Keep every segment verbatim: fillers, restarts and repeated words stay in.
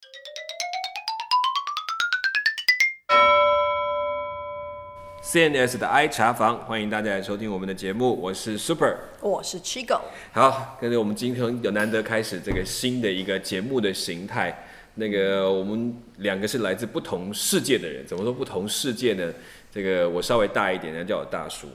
C N S 的 I 茶房，欢迎大家来收听我们的节目，我是 Super， 我是 Chigo。 好，跟着我们今天有难得开始这个新的一个节目的形态。那个我们两个是来自不同世界的人，怎么说不同世界呢？这个我稍微大一点，人家叫我大叔。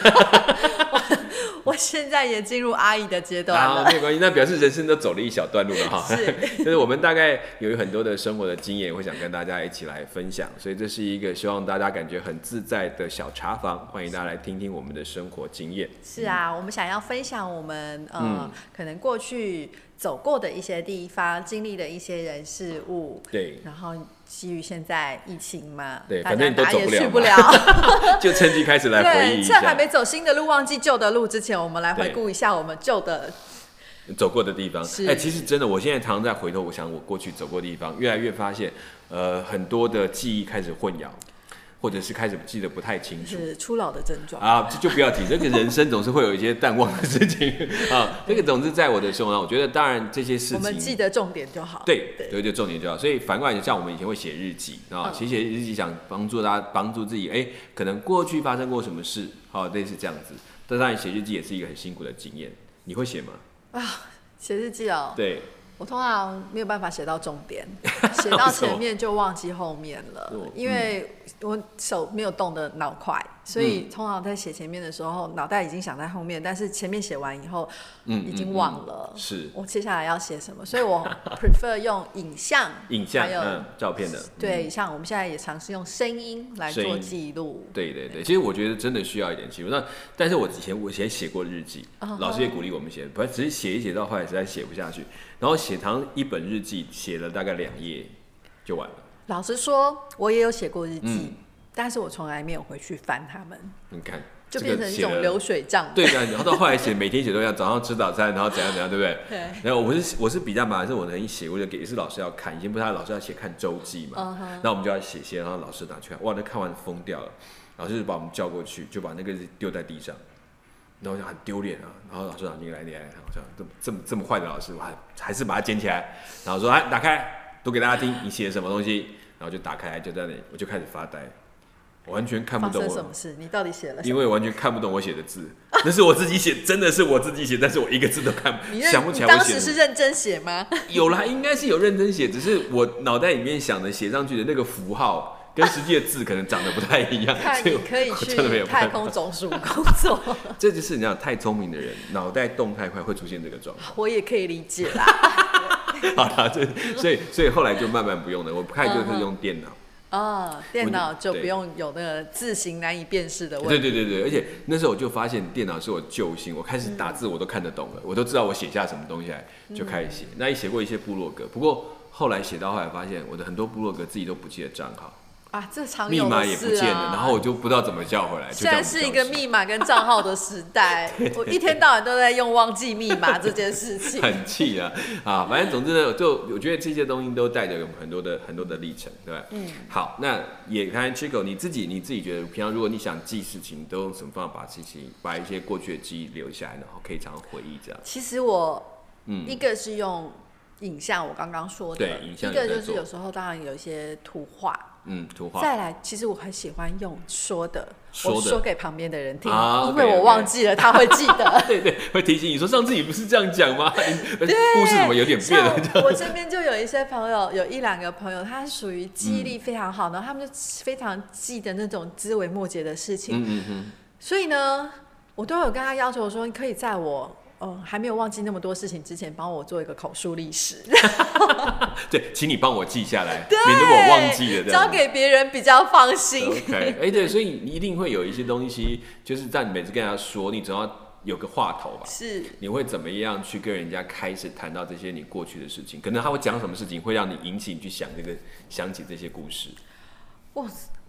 我现在也进入阿姨的阶段了， 啊，没有关系，那表示人生都走了一小段路了哈。 是， 就是我们大概有很多的生活的经验，会想跟大家一起来分享，所以这是一个希望大家感觉很自在的小茶房，欢迎大家来听听我们的生活经验。 是啊，嗯、我们想要分享我们呃、嗯、可能过去走过的一些地方，经历的一些人事物， 对， 然后基于现在疫情嘛， 对，反正你都走不了， 去不了， 就趁机开始来回忆一下。 对，趁还没走新的路，忘记旧的路之前，我们来回顾一下我们旧的走过的地方。哎、欸，其实真的，我现在常常在回头，我想我过去走过的地方，越来越发现，呃，很多的记忆开始混淆。或者是开始记得不太清楚， 是初老的症状啊，就不要提。这个人生总是会有一些淡忘的事情啊。这个总之在我的生活上，我觉得当然这些事情， 我们记得重点就好。 对，对，就重点就好。所以反过来，像我们以前会写日记啊，写写日记，想帮助大家，帮助自己，哎、欸，可能过去发生过什么事，好，类似这样子。但当然，写日记也是一个很辛苦的经验。你会写吗？ 啊，写日记哦。 对。 我通常没有办法写到重点，写到前面就忘记后面了，因为我手没有动的脑快，所以通常在写前面的时候，脑袋已经想在后面，但是前面写完以后，已经忘了。嗯嗯嗯、是，我接下来要写什么，所以我 prefer 用影像， 影像，还有、嗯、照片的。 对，像我们现在也尝试用声音来做记录。 对对对，其实我觉得真的需要一点记录。那但是我以前我以前写过日记，uh-huh. 老师也鼓励我们写，不只是写一写到后来实在写不下去。然后写堂一本日记写了大概两页就完了。 老实说，我也有写过日记，嗯、但是我从来没有回去翻它们。 你看， 就变成一种流水账。 对的，然后到后来写，每天写都要早上吃早餐，然后怎样怎样，对不对？ 对。 然后我是我是比较麻烦，是我能一写，我就给也是老师要看，以前不是他老师要写看周记嘛，那、uh-huh. 我们就要写写，然后老师拿去看，哇，那看完疯掉了，老师就把我们叫过去，就把那个丢在地上。然后就很丢脸啊，然后老师拿进来，你来，好像这么这么这么坏的老师，我还还是把它捡起来，然后说，哎，打开，读给大家听，你写什么东西？然后就打开，就在那里，我就开始发呆，我完全看不懂我。 发生什么事？你到底写了什么？ 因为完全看不懂我写的字，那是我自己写，真的是我自己写，但是我一个字都看不，想不起来我写的。 你当时是认真写吗？ 有啦，应该是有认真写，只是我脑袋里面想的写上去的那个符号。跟实际的字可能长得不太一样， 看你可以去太空总署工作。 这就是你知道，太聪明的人脑袋动太快会出现这个状况。 我也可以理解啦。 好啦，所以所以后来就慢慢不用了，我开始就是用电脑。 哦，电脑就不用有那个字形难以辨识的问题。 对对对对，而且那时候我就发现电脑是我救星，我开始打字我都看得懂了，我都知道我写下什么东西来，就开始写。那也写过一些部落格，不过后来写到后来发现，我的很多部落格自己都不记得账号。 啊，这常有的事啊， 密码也不见了，然后我就不知道怎么叫回来。 现在是一个密码跟账号的时代，我一天到晚都在用忘记密码这件事情， 很气啊！啊，反正总之呢，就我觉得这些东西都带着有很多的很多的历程，对吧？嗯。好，那也看 Chico 你自己，你自己觉得平常如果你想记事情，都用什么方法把事情把一些过去的记忆留下来，然后可以常常回忆这样？ 其实我，嗯，一个是用影像，我刚刚说的， 对，影像一个就是有时候当然有一些图画。 嗯，图画。 再来，其实我很喜欢用说的， 说的我说给旁边的人听， 啊、 因为我忘记了，他会记得。 对对，会提醒你说上次你不是这样讲吗？故事怎么有点变了？ 我身边就有一些朋友，有一两个朋友，他属于记忆力非常好，然后他们就非常记得那种枝微末节的事情。嗯嗯嗯。所以呢，我都有跟他要求说，你可以在我。哦，还没有忘记那么多事情之前，帮我做一个口述历史。 对，请你帮我记下来，免得我忘记了。 交给别人比较放心。 OK， 哎、欸，对，所以你一定会有一些东西，就是在你每次跟人家说，你总要有个话头吧？ 是。你会怎么样去跟人家开始谈到这些你过去的事情？可能他会讲什么事情，会让你引起你去想这个，想起这些故事。 哇，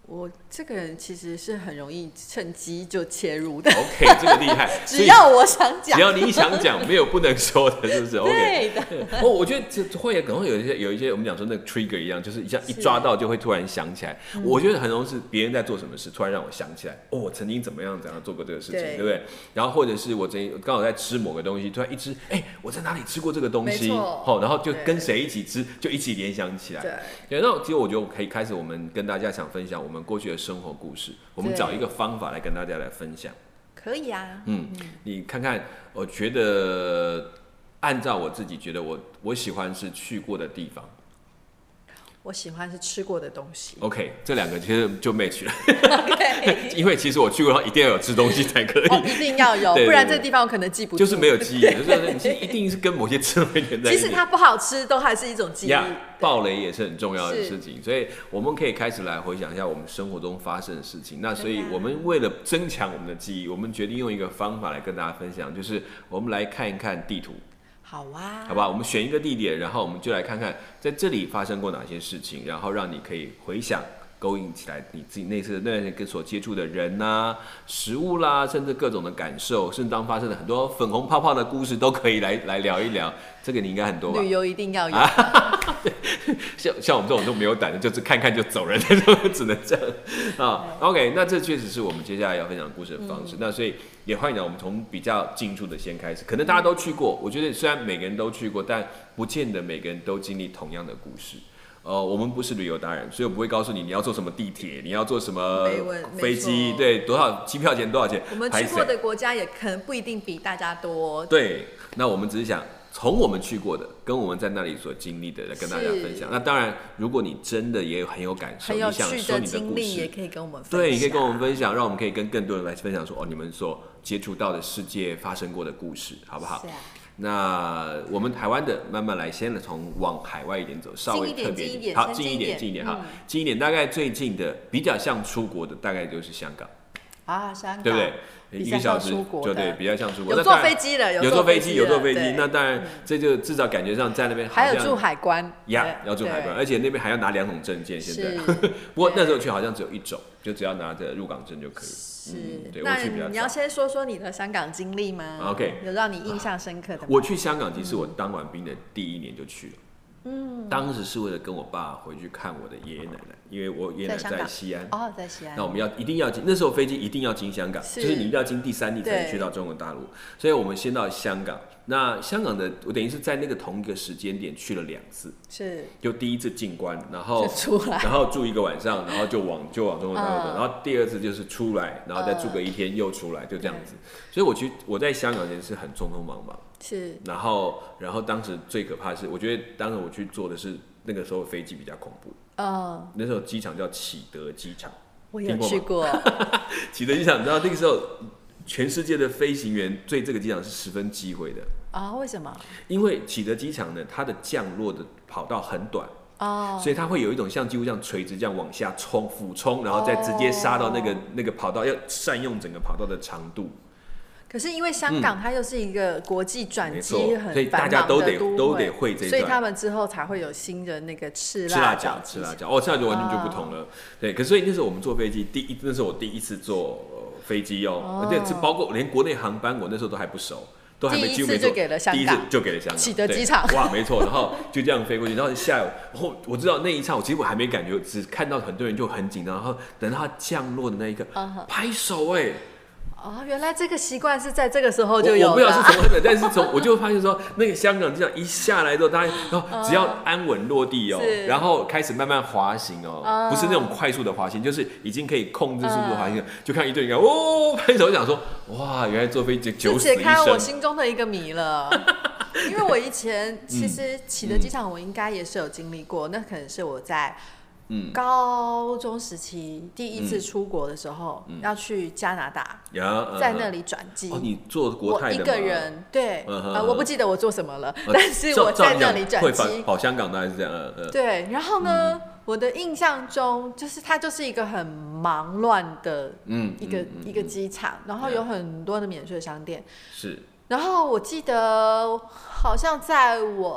我这个人其实是很容易趁机就切入的。 OK， 这个厉害。 只要我想讲， 只要你想讲，没有不能说的，是不是 ？OK。 对的。 哦，我觉得这会可能会有一些有一些我们讲说那个 trigger 一样，就是一下一抓到就会突然想起来。我觉得很容易是别人在做什么事，突然让我想起来，哦，我曾经怎么样怎样做过这个事情，对, 对不对？然后或者是我刚好在吃某个东西，突然一吃，哎，我在哪里吃过这个东西？哦，然后就跟谁一起吃，就一起联想起来。 对。 对，那其实我觉得我可以开始，我们跟大家想分享我们过去的生活故事，我们找一个方法来跟大家来分享。 可以啊。 嗯，你看看，我觉得按照我自己觉得我，我我喜欢是去过的地方。 我喜欢是吃过的东西。 OK， 这两个其实就 match 了。Okay. 因为其实我去过，然后一定要有吃东西才可以。 哦、一定要有，对对对，不然这地方我可能记不住。 就是没有记忆，就是你其实一定是跟某些吃东西连在一起。 即使它不好吃，都还是一种记忆。Yeah, 爆雷也是很重要的事情，所以我们可以开始来回想一下我们生活中发生的事情。那所以我们为了增强我们的记忆，我们决定用一个方法来跟大家分享，就是我们来看一看地图。 好啊， 好吧，我们选一个地点，然后我们就来看看在这里发生过哪些事情，然后让你可以回想、勾引起来你自己那次那跟所接触的人啊、食物啦，甚至各种的感受，甚至当发生了很多粉红泡泡的故事，都可以来来聊一聊。这个你应该很多吧？ 旅游一定要有。 像像我们这种都没有胆的，就是看看就走人，只能这样啊。OK， 那这确实是我们接下来要分享故事的方式。嗯、那所以也欢迎我们从比较近处的先开始。可能大家都去过，我觉得虽然每个人都去过，但不见得每个人都经历同样的故事。呃，我们不是旅游达人，所以我不会告诉你你要坐什么地铁，你要坐什么飞机，对，多少机票钱多少钱。 我们去过的国家也可能不一定比大家多。 对，那我们只是想从我们去过的，跟我们在那里所经历的来跟大家分享。那当然，如果你真的也有很有感受， 很有你想说你的故事， 也可以跟我们分享。 对，你可以跟我们分享，让我们可以跟更多人来分享说哦，你们所接触到的世界发生过的故事，好不好？ 是啊。 那我们台湾的慢慢来，先从往海外一点走，稍微特别一点，好，近一点，近一点，好，近一点。大概最近的比较像出国的，大概就是香港啊，香港， 对不对？一个小时就对，比较像出国。 有坐飞机的， 有坐飞机，有坐飞机。那当然，这就至少感觉上在那边还有住海关呀，要住海关，而且那边还要拿两种证件。现在，不过那时候去好像只有一种，就只要拿着入港证就可以。 是， 对， 那你要先说说你的香港经历吗 ？OK， 有让你印象深刻的吗？ 我去香港，其实我当完兵的第一年就去了。嗯，当时是为了跟我爸回去看我的爷爷奶奶，因为我爷爷奶奶在西安。 哦，在西安。 那我们要一定要经，那时候飞机一定要经香港，就是你一定要经第三地才能去到中国大陆。所以我们先到香港。那香港的我等于是在那个同一个时间点去了两次， 是就第一次进关，然后出来， 然后住一个晚上，然后就往就往中国大陆走，嗯、然后第二次就是出来，然后再住个一天、嗯、又出来，就这样子。所以我其实我在香港也是很匆匆忙忙， 是。 然后然后当时最可怕的是，我觉得当时我去坐的是那个时候飞机比较恐怖，嗯，那时候机场叫启德机场， 我有去过。 启德机场，你知道那个时候全世界的飞行员对这个机场是十分忌讳的。 啊、哦，为什么？ 因为启德机场呢，它的降落的跑道很短，哦，所以它会有一种像几乎像垂直这样往下冲、俯冲，然后再直接杀到那个、哦、那个跑道，要善用整个跑道的长度。 可是因为香港它又是一个国际转机很繁忙的都会， 所以大家都得都得会这一段， 所以他们之后才会有新的那个赤辣椒，赤辣椒，哦，赤辣椒完全就不同了。哦、对，可是所以那时候我们坐飞机，第一那是我第一次坐、呃、飞机哦，而且是包括连国内航班，我那时候都还不熟。都还没第一次就给了香港， 第一次就给了香港启德机场， 哇，没错，然后就这样飞过去，然后下午，然后我知道那一刹，我其实我还没感觉，只看到很多人就很紧张，然后等到它降落的那一刻， uh-huh. 拍手哎、欸。 哦，原来这个习惯是在这个时候就有的、啊。 我, 我不知道是从何的，但是从我就发现说，那个香港机场一下来之后，大家然后只要安稳落地哦，呃、然后开始慢慢滑行哦、呃，不是那种快速的滑行，就是已经可以控制速度的滑行，呃、就看一堆人哦拍手，想说哇，原来坐飞机九死一生。 解开我心中的一个谜了。因为我以前其实启德机场我应该也是有经历过，嗯、那可能是我在。嗯，高中时期第一次出国的时候，嗯、要去加拿大，嗯、在那里转机。 哦，你坐国泰的吗？ 我一个人，对， 嗯呃，我不记得我做什么了，呃、但是我在那里转机。 跑香港大概是这样，呃、 对，然后呢，嗯、我的印象中就是它就是一个很忙乱的一个、嗯、一个机场，然后有很多的免税商店。 是。 然后我记得好像在我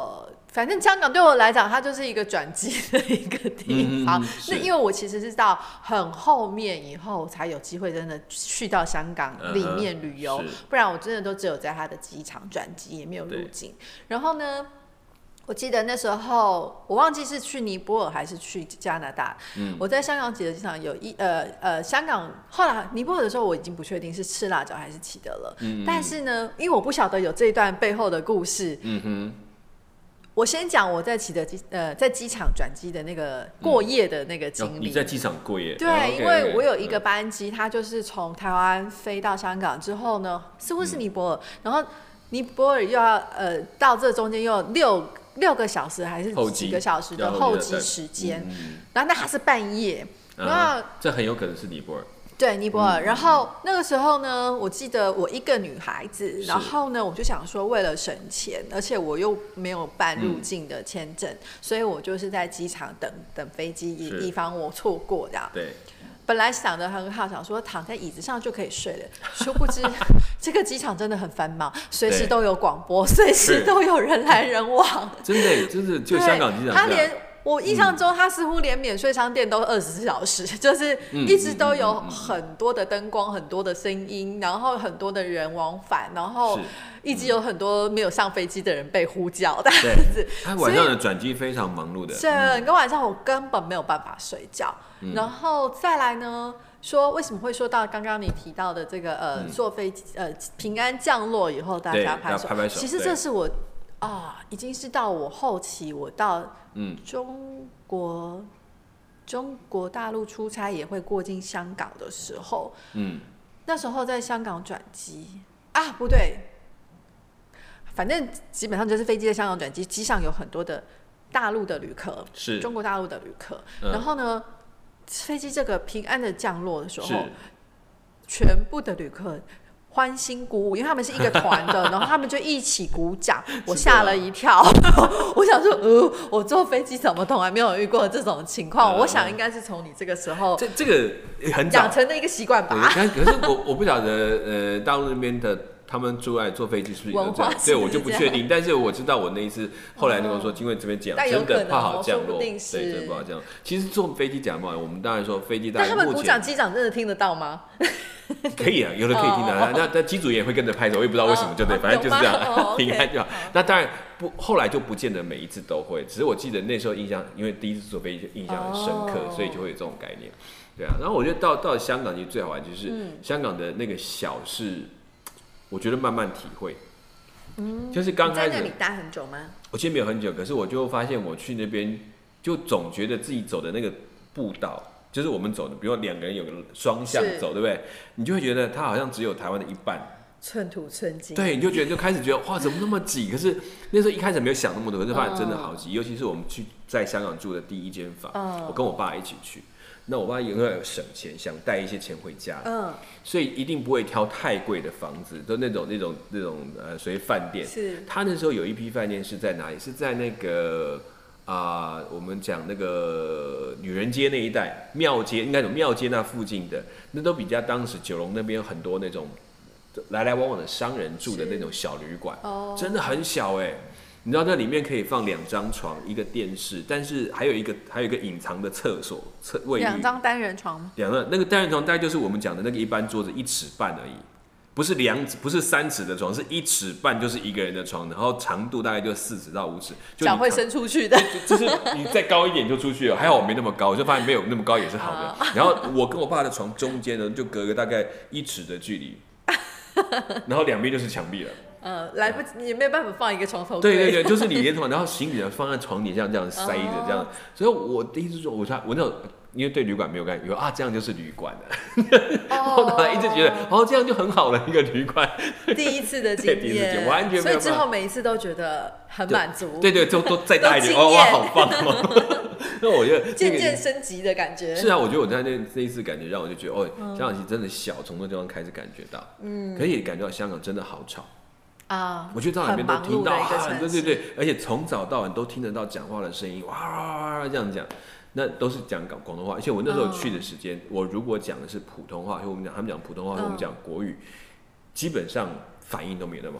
反正香港对我来讲，它就是一个转机的一个地方。 嗯、 那因为我其实是到很后面以后才有机会真的去到香港里面旅游，嗯、不然我真的都只有在它的机场转机，也没有入境。然后呢，我记得那时候我忘记是去尼泊尔还是去加拿大。嗯、我在香港吉德机场有一呃呃香港后来尼泊尔的时候我已经不确定是赤辣椒还是启德了。嗯、但是呢，因为我不晓得有这一段背后的故事。嗯哼。我先讲我在启德机呃在机场转机的那个过夜的那个经历。嗯哦、你在机场过夜？ 对， oh, okay, 因为我有一个班机，它就是从台湾飞到香港之后呢，似乎是尼泊尔，嗯、然后尼泊尔又要呃到这中间又有六六个小时还是几个小时的候机时间，嗯、然后那还是半夜， 嗯、然后这很有可能是尼泊尔。 对，尼泊尔。嗯、然后那个时候呢，我记得我一个女孩子，然后呢，我就想说，为了省钱，而且我又没有办入境的签证，嗯、所以我就是在机场等等飞机，以防我错过这样。 对。 本来想得很好，想说躺在椅子上就可以睡了，殊不知这个机场真的很繁忙，随时都有广播，随时都有人来人往。 真的，就是就香港机场这样。 我印象中，它似乎连免税商店都二十四小时，就是一直都有很多的灯光、很多的声音，然后很多的人往返，然后一直有很多没有上飞机的人被呼叫这样子。 它晚上的转机非常忙碌的， 整个晚上我根本没有办法睡觉。嗯、然后再来呢，说为什么会说到刚刚你提到的这个呃，嗯、坐飞机呃平安降落以后大家拍手， 拍拍手其实这是我。啊，已经是到我后期，我到中国、嗯、中国大陆出差也会过境香港的时候，嗯，那时候在香港转机啊，不对，反正基本上就是飞机在香港转机，机上有很多的大陆的旅客， 是中国大陆的旅客，嗯、然后呢，飞机这个平安的降落的时候，全部的旅客。欢欣鼓舞，因为他们是一个团的，然后他们就一起鼓掌，我吓了一跳。我想说，呃，我坐飞机怎么从来没有遇过这种情况？嗯、我想应该是从你这个时候， 这这个很养成的一个习惯吧。 可是我我不晓得，呃，大陆那边的他们住在坐飞机是不是有这样？对，我就不确定。但是我知道我那一次后来跟我说，因为这边讲真的不好降落，对，真的不好降落。其实坐飞机讲嘛，我们当然说飞机大概目前， 但他们鼓掌机长真的听得到吗？ 可以啊，有的可以听的、啊， oh, 那那机组也会跟着拍手，我也不知道为什么，就对， oh, 反正就是这样， oh, 平安就好。Okay. 那当然不，后来就不见得每一次都会，只是我记得那时候印象，因为第一次坐飞机印象很深刻， oh. 所以就会有这种概念，对啊。然后我觉得到到香港其实最好玩就是、嗯、香港的那个小事，我觉得慢慢体会，嗯，就是刚开始。 你在那里待很久吗？ 我其实没有很久，可是我就发现我去那边，就总觉得自己走的那个步道。就是我们走的，比如说两个人有个双向走，对不对？你就会觉得它好像只有台湾的一半， 寸土寸金。 对，你就觉得就开始觉得哇，怎么那么挤？可是那时候一开始没有想那么多，可是发现真的好挤。哦、尤其是我们去在香港住的第一间房，哦、我跟我爸一起去，那我爸因为有省钱，想带一些钱回家，嗯，所以一定不会挑太贵的房子，都那种那种那种呃，所谓饭店。 是。 他那时候有一批饭店是在哪里？是在那个。啊、呃，我们讲那个女人街那一带，庙街应该有庙街那附近的，那都比较当时九龙那边有很多那种来来往往的商人住的那种小旅馆，哦、真的很小哎、欸。你知道那里面可以放两张床，一个电视，但是还有一个还有一个隐藏的厕所、厕卫浴。 两张单人床吗？ 两个那个单人床大概就是我们讲的那个一般桌子一尺半而已。不是两不是三尺的床，是一尺半，就是一个人的床，然后长度大概就四尺到五尺， 脚会伸出去的， 就, 就是你再高一点就出去了。还好我没那么高，我就发现没有那么高也是好的。然后我跟我爸的床中间呢，就隔个大概一尺的距离，然后两边就是墙壁了。 呃，来不及，你也没有办法放一个床头柜。 对对对，就是你连床，然后行李放在床底下这样塞着这样。所以我第一次说，我说我那种。因为对旅馆没有概念，以为啊这样就是旅馆了，然后后来一直觉得哦这样就很好了一个旅馆。 第一次的经验， 完全没有。 所以之后每一次都觉得很满足。 对对，就都再大一点，哦哇好棒哦。那我觉得渐渐升级的感觉。 是啊，我觉得我在那那一次感觉让我就觉得哦，香港其实真的小，从那地方开始感觉到，嗯，可以感觉到香港真的好吵。 啊， 我觉得到哪边都听到啊，对对对，而且从早到晚都听得到讲话的声音，哇哇哇这样讲。那都是讲广东话，而且我那时候去的时间，嗯、我如果讲的是普通话，因为我们讲他们讲普通话，嗯、我们讲国语，基本上反应都没有那么好。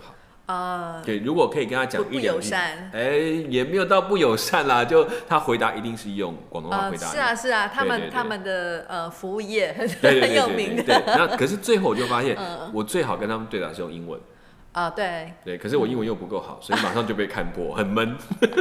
啊， 对，如果可以跟他讲一两句， 不友善， 哎，也没有到不友善啦，就他回答一定是用广东话回答、呃。 是啊，是啊，他们对对对他们的呃服务业很对对对对很有名的。 对，那可是最后我就发现，我最好跟他们对答是用英文。 啊、呃，对。 对，可是我英文又不够好，所以马上就被看破，很闷。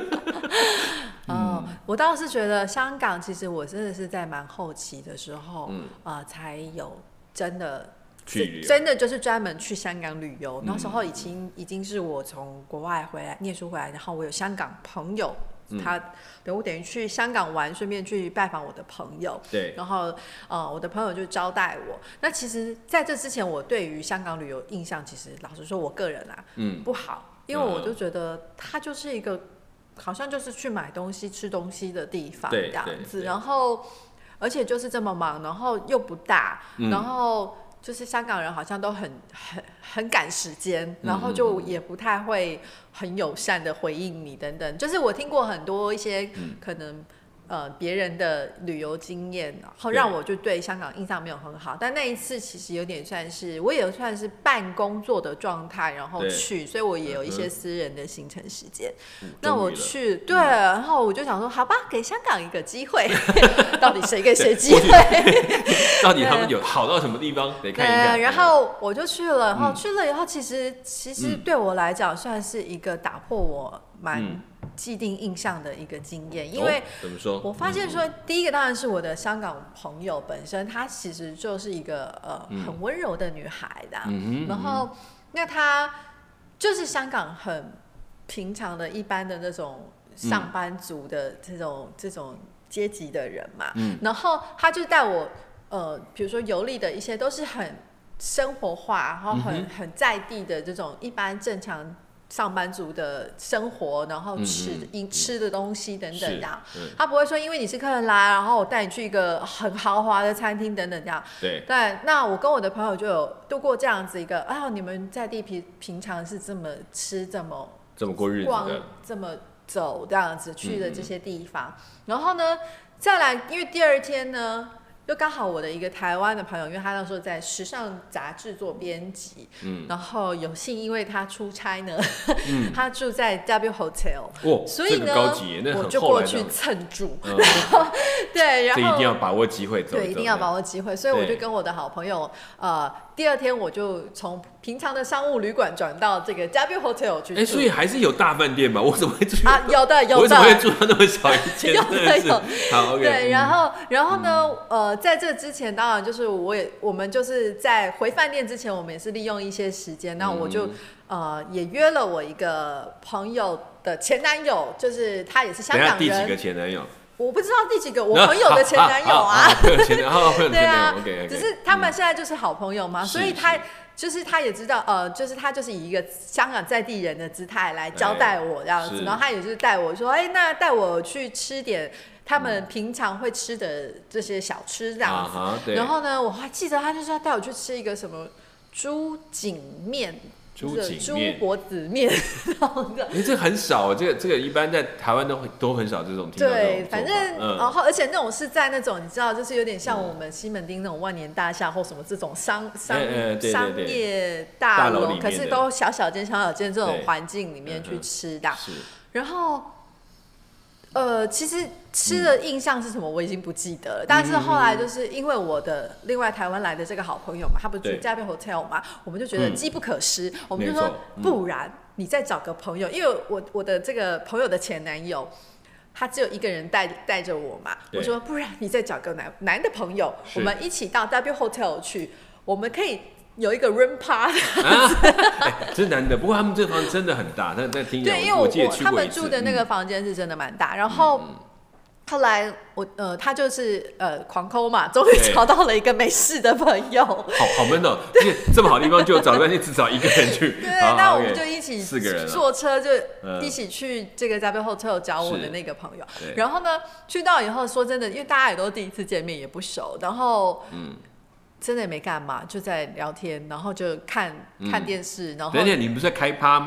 哦，我倒是觉得香港，其实我真的是在蛮后期的时候，嗯，呃，才有真的。真的就是专门去香港旅游，那时候已经已经是我从国外回来念书回来，然后我有香港朋友，他等我等于去香港玩，顺便去拜访我的朋友， 对， 然后呃我的朋友就招待我。那其实在这之前，我对于香港旅游印象，其实老实说，我个人啊，嗯，不好，因为我就觉得它就是一个好像就是去买东西、吃东西的地方这样子，然后而且就是这么忙，然后又不大，嗯、然后。就是香港人好像都很很很赶时间，然后就也不太会很友善的回应你等等。就是我听过很多一些可能呃别人的旅游经验，然后让我就对香港印象没有很好。但那一次其实有点算是我也算是半工作的状态，然后去，所以我也有一些私人的行程时间。嗯、那我去对，然后我就想说，好吧，给香港一个机会，到底谁给谁机会？ 到底他们有好到什么地方？得看一看。 然后我就去了，然后去了以后，其实其实对我来讲算是一个打破我蛮既定印象的一个经验，因为怎么说？ 我发现说，第一个当然是我的香港朋友本身，她其实就是一个呃很温柔的女孩的，然后那她就是香港很平常的一般的那种上班族的这种这种阶级的人嘛，然后她就带我。呃，比如说游历的一些都是很生活化，然后很、嗯、很在地的这种一般正常上班族的生活，然后吃、嗯、吃的东西等等这样。嗯、他不会说因为你是客人来，然后我带你去一个很豪华的餐厅等等这样。 对。 对，那我跟我的朋友就有度过这样子一个，啊，你们在地平平常是这么吃，这么这么过日子的， 这么走这样子去的这些地方，嗯、然后呢，再来，因为第二天呢。就刚好我的一个台湾的朋友，因为他那时候在时尚杂志做编辑，嗯，然后有幸因为他出差呢，嗯、他住在 W Hotel， 哦， 所以呢， 这个高级，那很我就过去蹭住， 嗯、 然后对，然后这一定要把握机会走一走， 对，一定要把握机会，所以我就跟我的好朋友，呃，第二天我就从平常的商务旅馆转到这个 W Hotel 去住， 哎，所以还是有大饭店吧？我怎么会住啊？有的，有的， 我怎么会住到那么小一间？ 有的有， 好 ，OK， 对，然后，然后呢，呃。在这之前，当然就是我也我们就是在回饭店之前，我们也是利用一些时间，那我就、嗯、呃也约了我一个朋友的前男友，就是他也是香港人。 第几个前男友？ 我不知道第几个，我朋友的前男友啊。 前男友，对啊， okay, okay, 只是他们现在就是好朋友嘛， 嗯、 所以他就是他也知道，呃，就是他就是以一个香港在地人的姿态来招待我这样子，然后他也就是带我说，哎、欸，那带我去吃点。他们平常会吃的这些小吃这样子，嗯 uh-huh, 然後呢，我还记得他就是要带我去吃一个什么猪颈面， 猪颈面、 猪脖子面， 哎、欸，这很少，这个这个一般在台湾都都很少这种听到这种对，反正、嗯、然后而且那种是在那种你知道，就是有点像我们西门町那种万年大厦或什么这种商商、欸欸、对对对商业大楼，可是都小小间小小间这种环境里面去吃的，嗯、然后。呃，其实吃的印象是什么，我已经不记得了。嗯、但是后来就是因为我的另外台湾来的这个好朋友嘛，他不是住 W Hotel 嘛，我们就觉得机不可失，嗯、我们就说，嗯、不然你再找个朋友，因为我我的这个朋友的前男友，他只有一个人带带着我嘛，我说不然你再找个男男的朋友，我们一起到 W Hotel 去，我们可以。有一个 room party，啊欸、真难的。不过他们这房真的很大，但但听对，因为我我他们住的那个房间是真的蛮大。嗯、然后、嗯、后来我呃，他就是呃狂抠嘛，终于找到了一个没事的朋友。好好闷哦、喔，这么好的地方就找半天只找一个人去。 对，那我们就一起四个人坐车就一起去这个 W Hotel 找我的那个朋友。然后呢，去到以后说真的，因为大家也都第一次见面，也不熟，然后嗯。真的也没干嘛，就在聊天，然后就看、嗯、看电视，然后。 等等，你们不是在开趴吗？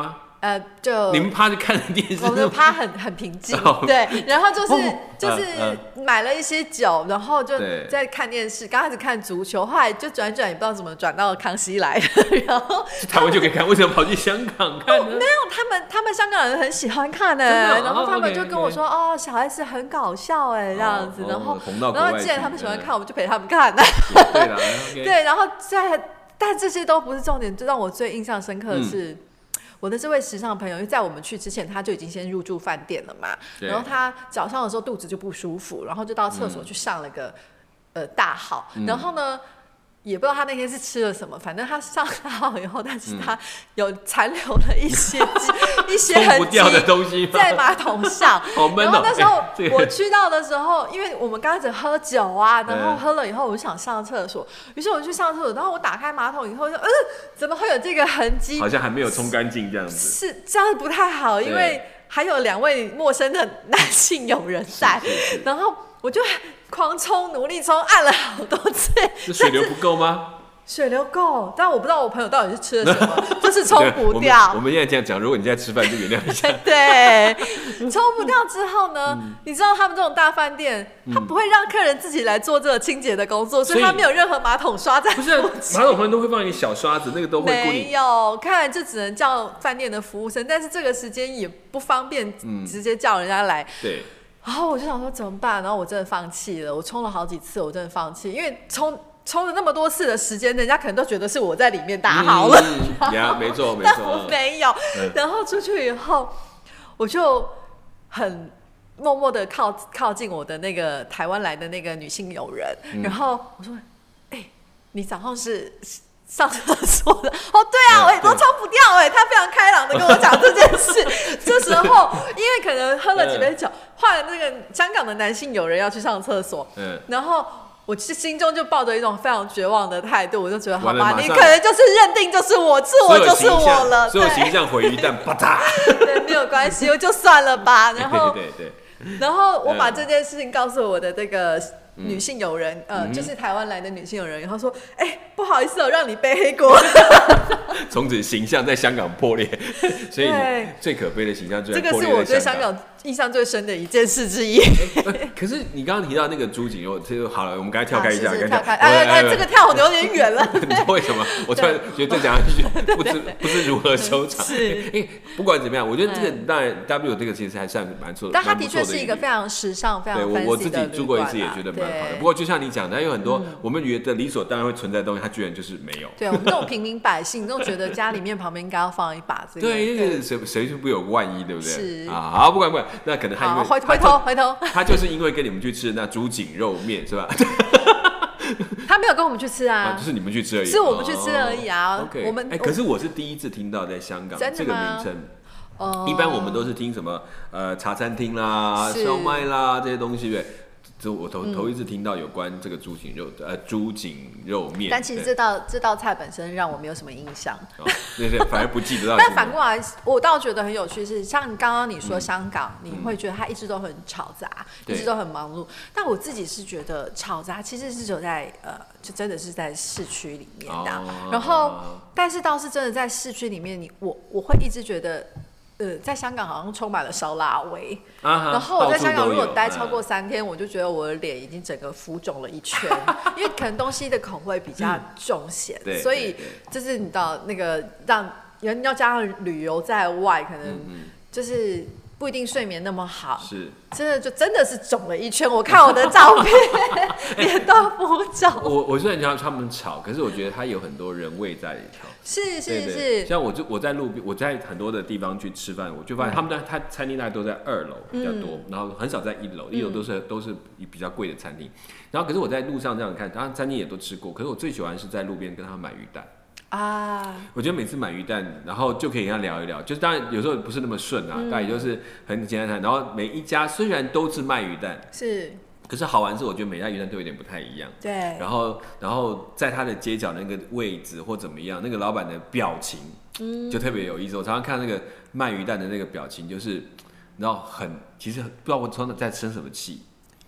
呃，就你们趴着看着电视， 我们的趴很很平静，对，然后就是、哦、就是买了一些酒，然后就在看电视，刚开始看足球，后来就转转也不知道怎么转到康熙来了，然后台湾就可以看，为什么跑去香港看呢？ 哦、没有，他们他们香港人很喜欢看的、欸，然后他们就跟我说，哦， okay, okay. 哦小孩子很搞笑哎、欸、这样子，哦、然后、 哦、 然后既然他们喜欢看，我们就陪他们看的， 对啦， 对，然后在但这些都不是重点，就让我最印象深刻的是。嗯我的这位时尚朋友，因为在我们去之前，他就已经先入住饭店了嘛。然后他早上的时候肚子就不舒服，然后就到厕所去上了个、嗯、呃大号。然后呢，也不知道他那天是吃了什么，反正他上大号以后，但是他有残留了一些、嗯、一些痕迹在马桶上。 好闷哦！ 然后那时候我去到的时候，因为我们刚开始喝酒啊，然后喝了以后，我就想上厕所，于是我就去上厕所。然后我打开马桶以后就，嗯、呃，怎么会有这个痕迹？ 好像还没有冲干净这样子。 是这样不太好，因为还有两位陌生的男性友人在，然后我就狂冲，努力冲，按了好多次。 这水流不够吗？ 水流够，但我不知道我朋友到底是吃了什么，就是冲不掉。 我, 我们现在这样讲，如果你在吃饭，就原谅一下。 对，冲不掉之后呢、嗯，你知道他们这种大饭店，他不会让客人自己来做这个清洁的工作，所以他没有任何马桶刷在。 不是，马桶旁边都会放一个小刷子，那个都会固定。 没有，看来就只能叫饭店的服务生，但是这个时间也不方便直接叫人家来。 嗯、对。 然后我就想说怎么办？然后我真的放弃了，我冲了好几次，我真的放弃，因为冲。冲了那么多次的时间，人家可能都觉得是我在里面大号了。 嗯，呀，没错没错。 但我没有、嗯。然后出去以后，我就很默默的靠靠近我的那个台湾来的那个女性友人，嗯、然后我说：“哎、欸，你早上是上厕所的？”哦，对啊，我也都冲不掉哎、欸。他非常开朗的跟我讲这件事。这时候，因为可能喝了几杯酒，换了那个香港的男性友人要去上厕所，嗯，然后。我心中就抱着一种非常绝望的态度，我就觉得好吧，你可能就是认定就是我，是我就是我了， 所有形象毁于一旦，啪嗒。 对，没有关系，我就算了吧。然后， 对对对对， 然后我把这件事情告诉我的这个女性友人，嗯、呃，就是台湾来的女性友人，然后说，哎、欸，不好意思哦，让你背黑锅。 从此形象在香港破裂，所以最可悲的形象就在破裂在香港。 这个是我对香港印象最深的一件事之一。 可是你刚刚提到那个朱景佑，这就好了，我们刚才跳开一下， 啊、跳开，哎哎，这个跳有点远了。 你知道为什么？我突然觉得再讲下去不知不知如何收场。 是， 哎，不管怎么样，我觉得这个当然 W 这个其实还算蛮错的， 但它的确是一个非常时尚、非常 fancy 的旅馆。 对，我我自己住过一次，也觉得蛮好的。不过就像你讲的，有很多我们觉得理所当然会存在的东西，它居然就是没有。 对，我们这种平民百姓都觉得家里面旁边应该要放一把这个。 对，因为谁谁就不有万一，对不对？ 是啊，好，不管不管，那可能他因为回回头回头， 他就是因为跟你们去吃那猪颈肉面是吧？ 他没有跟我们去吃啊， 啊就是你们去吃而已， 是我们去吃而已啊。 哦、OK， 我们哎、欸，可是我是第一次听到在香港这个名称。 哦， 一般我们都是听什么呃茶餐厅啦、烧麦啦这些东西，对。就我头、嗯、头一次听到有关这个猪颈肉呃猪颈肉面， 但其实这道这道菜本身让我没有什么印象， 哦、对对，反而不记得到。 但反过来，我倒觉得很有趣是，像刚刚你说香港，嗯、你会觉得它一直都很嘈杂，嗯、一直都很忙碌。但我自己是觉得嘈杂其实是只有在呃，就真的是在市区里面的、啊哦。然后，但是倒是真的在市区里面，你我我会一直觉得。呃，在香港好像充满了烧腊味、啊，然后我在香港如果待超过三天，我就觉得我的脸已经整个浮肿了一圈，因为可能东西的口味比较重咸、嗯，所以就是你知道那个让人要加上旅游在外，可能就是不一定睡眠那么好， 是真的就真的是肿了一圈。我看我的照片，脸都浮肿。 我我虽然讲他们吵，可是我觉得他有很多人味在里头。 是是对对是， 像我就我在路边，我在很多的地方去吃饭，我就发现他们的他餐厅大概都在二楼比较多、嗯，然后很少在一楼，一楼都是、嗯、都是比较贵的餐厅。然后可是我在路上这样看，当然餐厅也都吃过，可是我最喜欢是在路边跟他买鱼蛋啊。我觉得每次买鱼蛋，然后就可以跟他聊一聊，就是当然有时候不是那么顺啊，但、嗯、也就是很简单谈。然后每一家虽然都是卖鱼蛋， 是。 可是好玩是，我觉得每家鱼蛋都有点不太一样。 对。然后，然后在他的街角那个位置或怎么样，那个老板的表情，嗯，就特别有意思。我常常看那个卖鱼蛋的那个表情，就是，你知道很，其实不知道我从哪在生什么气。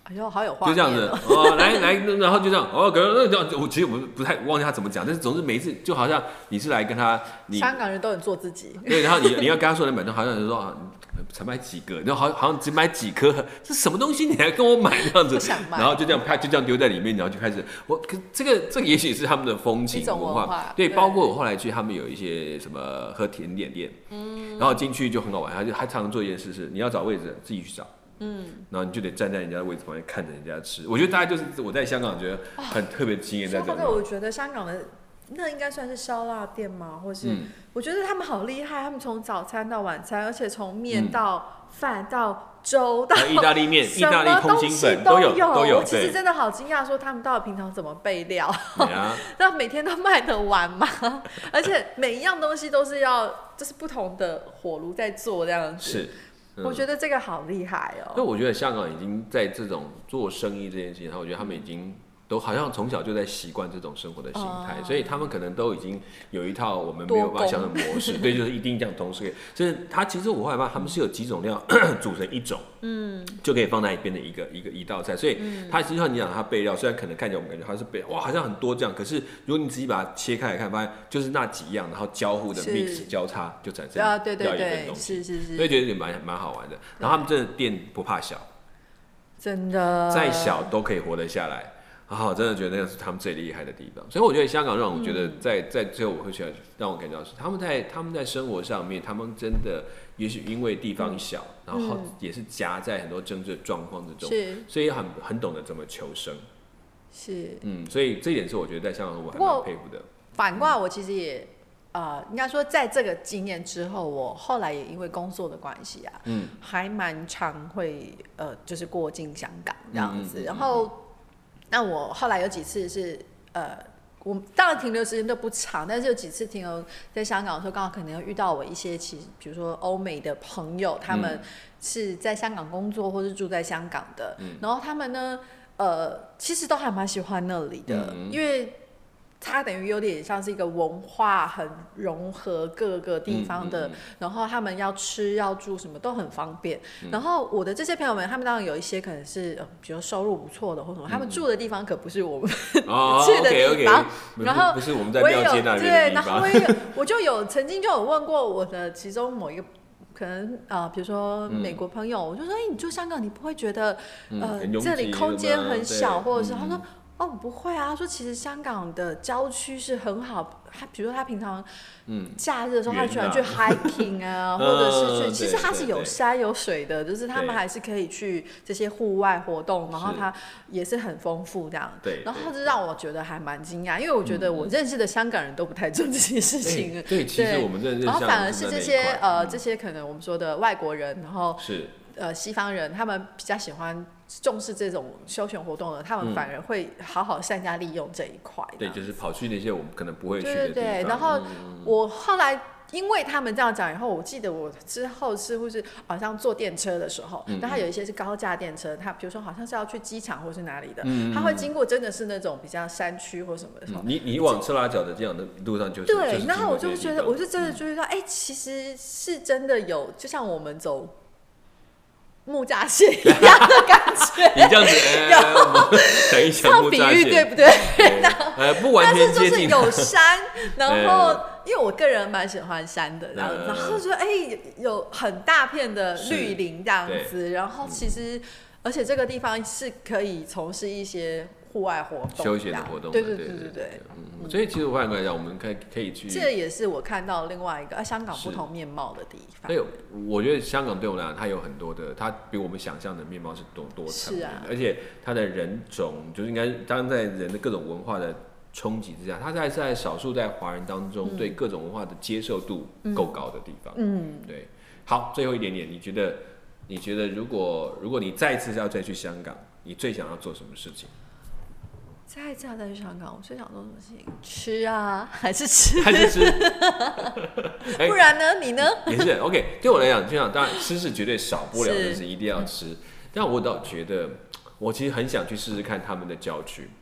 哎呦，好有画面， 就这样子哦，来来，然后就这样哦，可能那我其实我们不太忘记他怎么讲，但是总之每一次就好像你是来跟他，你香港人都很做自己， 对，然后你你要跟他说的买东西，好像是说啊，才买几个，然后好好像只买几颗，这什么东西你还跟我买这样子，然后就这样拍，就这样丢在里面，然后就开始我可这个这个也许是他们的风情文化， 文化对，包括我后来去他们有一些什么喝甜点店，嗯，然后进去就很好玩，他就他常常做一件事是你要找位置自己去找。嗯，然后你就得站在人家的位置旁边看着人家吃。我觉得大概就是我在香港觉得很特别的经验在这里。 我觉得香港的那应该算是烧腊店吗？或是、嗯、我觉得他们好厉害，他们从早餐到晚餐，而且从面到饭到粥到意大利面、意大利通心粉都有都有。 我其实真的好惊讶，说他们到底平常怎么备料？ 啊、 那每天都卖得完吗？而且每一样东西都是要就是不同的火炉在做这样子。 是。 嗯、我觉得这个好厉害哦！ 所以我觉得香港已经在这种做生意这件事情上，我觉得他们已经都好像从小就在习惯这种生活的形态，哦、所以他们可能都已经有一套我们没有办法想的模式。对，就是一定这样同时可以。就是它其实我后来发现，他们是有几种料组成一种，嗯，就可以放在一边的一个一个一道菜。所以它其实像你讲它备料，虽然可能看起来我们感觉它是备哇好像很多这样，可是如果你仔细把它切开来看，发现就是那几样，然后交互的 mix 交叉就产生啊对对对， 东西， 是是是， 所以觉得也蛮蛮好玩的。然后他们真的店不怕小， 真的再小都可以活得下来。啊，我真的觉得那个是他们最厉害的地方，所以我觉得香港让我觉得在在最后我会觉得让我感觉到是他们在他们在生活上面，他们真的也许因为地方小，然后也是夹在很多政治状况之中，所以很很懂得怎么求生。 是， 嗯，所以这一点是我觉得在香港我还蛮佩服的。 反过来，我其实也。呃，应该说，在这个经验之后，我后来也因为工作的关系啊，嗯，还蛮常会呃，就是过境香港这样子。嗯嗯嗯嗯然后，那我后来有几次是呃，我当然停留时间都不长，但是有几次停留在香港的时候，刚好可能遇到我一些其实，比如说欧美的朋友，他们是在香港工作或是住在香港的，嗯、然后他们呢，呃，其实都还蛮喜欢那里的，嗯嗯因为。它等于有点像是一个文化很融合各个地方的，嗯嗯嗯然后他们要吃要住什么都很方便。嗯、然后我的这些朋友们，他们当然有一些可能是，呃、比如收入不错的或什么，嗯、他们住的地方可不是我们、哦、去的地方。 哦、okay, okay 然后不是我们在庙街那边的地方。 对，然后我有我就有曾经就有问过我的其中某一个。可能啊、呃，比如说美国朋友，嗯、我就说，哎、欸，你住香港，你不会觉得呃、嗯、这里空间很小，或者是、嗯、他说。哦，不会啊！他说其实香港的郊区是很好，他比如说他平常假日的时候，他喜欢去 hiking 啊，或者是去，其实他是有山有水的，就是他们还是可以去这些户外活动，然后他也是很丰富这样。 对， 然后这让我觉得还蛮惊讶，因为我觉得我认识的香港人都不太做这些事情。 对，其实我们认识， 然后反而是这些呃这些可能我们说的外国人，然后是呃西方人，他们比较喜欢。重视这种休闲活动的，他们反而会好好善加利用这一块。 对，就是跑去那些我们可能不会去的地方。 对对对。然后我后来因为他们这样讲以后，我记得我之后似乎是好像坐电车的时候，那、嗯、它有一些是高架电车，它比如说好像是要去机场或是哪里的，嗯、它会经过真的是那种比较山区或什么的时候。 嗯、你你往赤拉角的这样的路上就是。 对， 就是然后我就觉得，我就真的觉得说，哎、欸，其实是真的有，就像我们走。木栅线一样的感觉， 你这样子，呃、想一想木栅线，对不对？ 呃，不完全接近。 但是就是有山，然后因为我个人蛮喜欢山的，然后然后就哎、欸、有很大片的绿林这样子，然后其实、嗯、而且这个地方是可以从事一些。户外活动、 休闲的活动， 对对对对对， 嗯，所以其实我反过来讲，我们可以可以去， 这也是我看到另外一个、啊、香港不同面貌的地方。 还有，我觉得香港对我来讲，它有很多的，它比我们想象的面貌是多多层面的，啊、而且它的人种就是应该，当在人的各种文化的冲击之下，它在在少数在华人当中、嗯、对各种文化的接受度够高的地方。嗯，对。好，最后一点点，你觉得？你觉得如果如果你再一次要再去香港，你最想要做什么事情？ 再一次要再去香港，我最想做什么事情？吃啊，还是吃？ 还是吃？ 不然呢？你呢？ 也是 OK。对我来讲，就像当然吃是绝对少不了的，是一定要吃。但我倒觉得，我其实很想去试试看他们的郊区。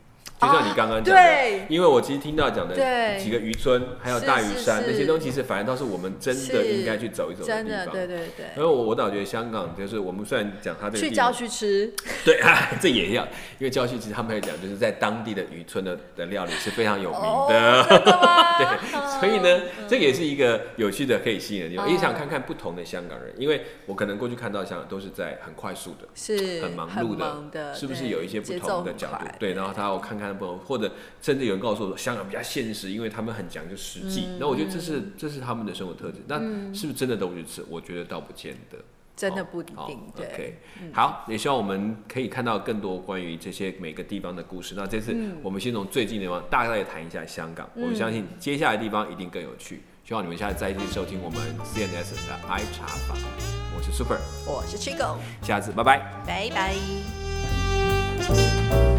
就像你刚刚讲的，因为我其实听到讲的几个渔村，还有大屿山那些东西，其实反而都是我们真的应该去走一走的地方。 真的，对对对。 因为我我倒觉得香港就是我们虽然讲它这个地方去郊区吃， 对啊，这也要，因为郊区其实他们会讲，就是在当地的渔村的的料理是非常有名的。 哦、真的吗？ 对，所以呢，嗯、这也是一个有趣的可以吸引的地方，也、嗯、想看看不同的香港人，因为我可能过去看到香港都是在很快速的， 是很忙碌 的, 的， 是不是有一些不同的角度？对，然后他要看看不同，或者甚至有人告诉我说香港比较现实，因为他们很讲究实际。那、嗯、我觉得这是这是他们的生活特质。那、嗯、是不是真的都如此？我觉得倒不见得。 真的不一定， 哦、 对。 OK，、 嗯、 好，也希望我们可以看到更多关于这些每个地方的故事。那这次我们先从最近的地方大概谈一下香港，嗯、我们相信接下来的地方一定更有趣。希望你们下次再一次收听我们 C N S 的 I 茶坊，我是 Super， 我是 Chico， 下次拜拜， 拜拜。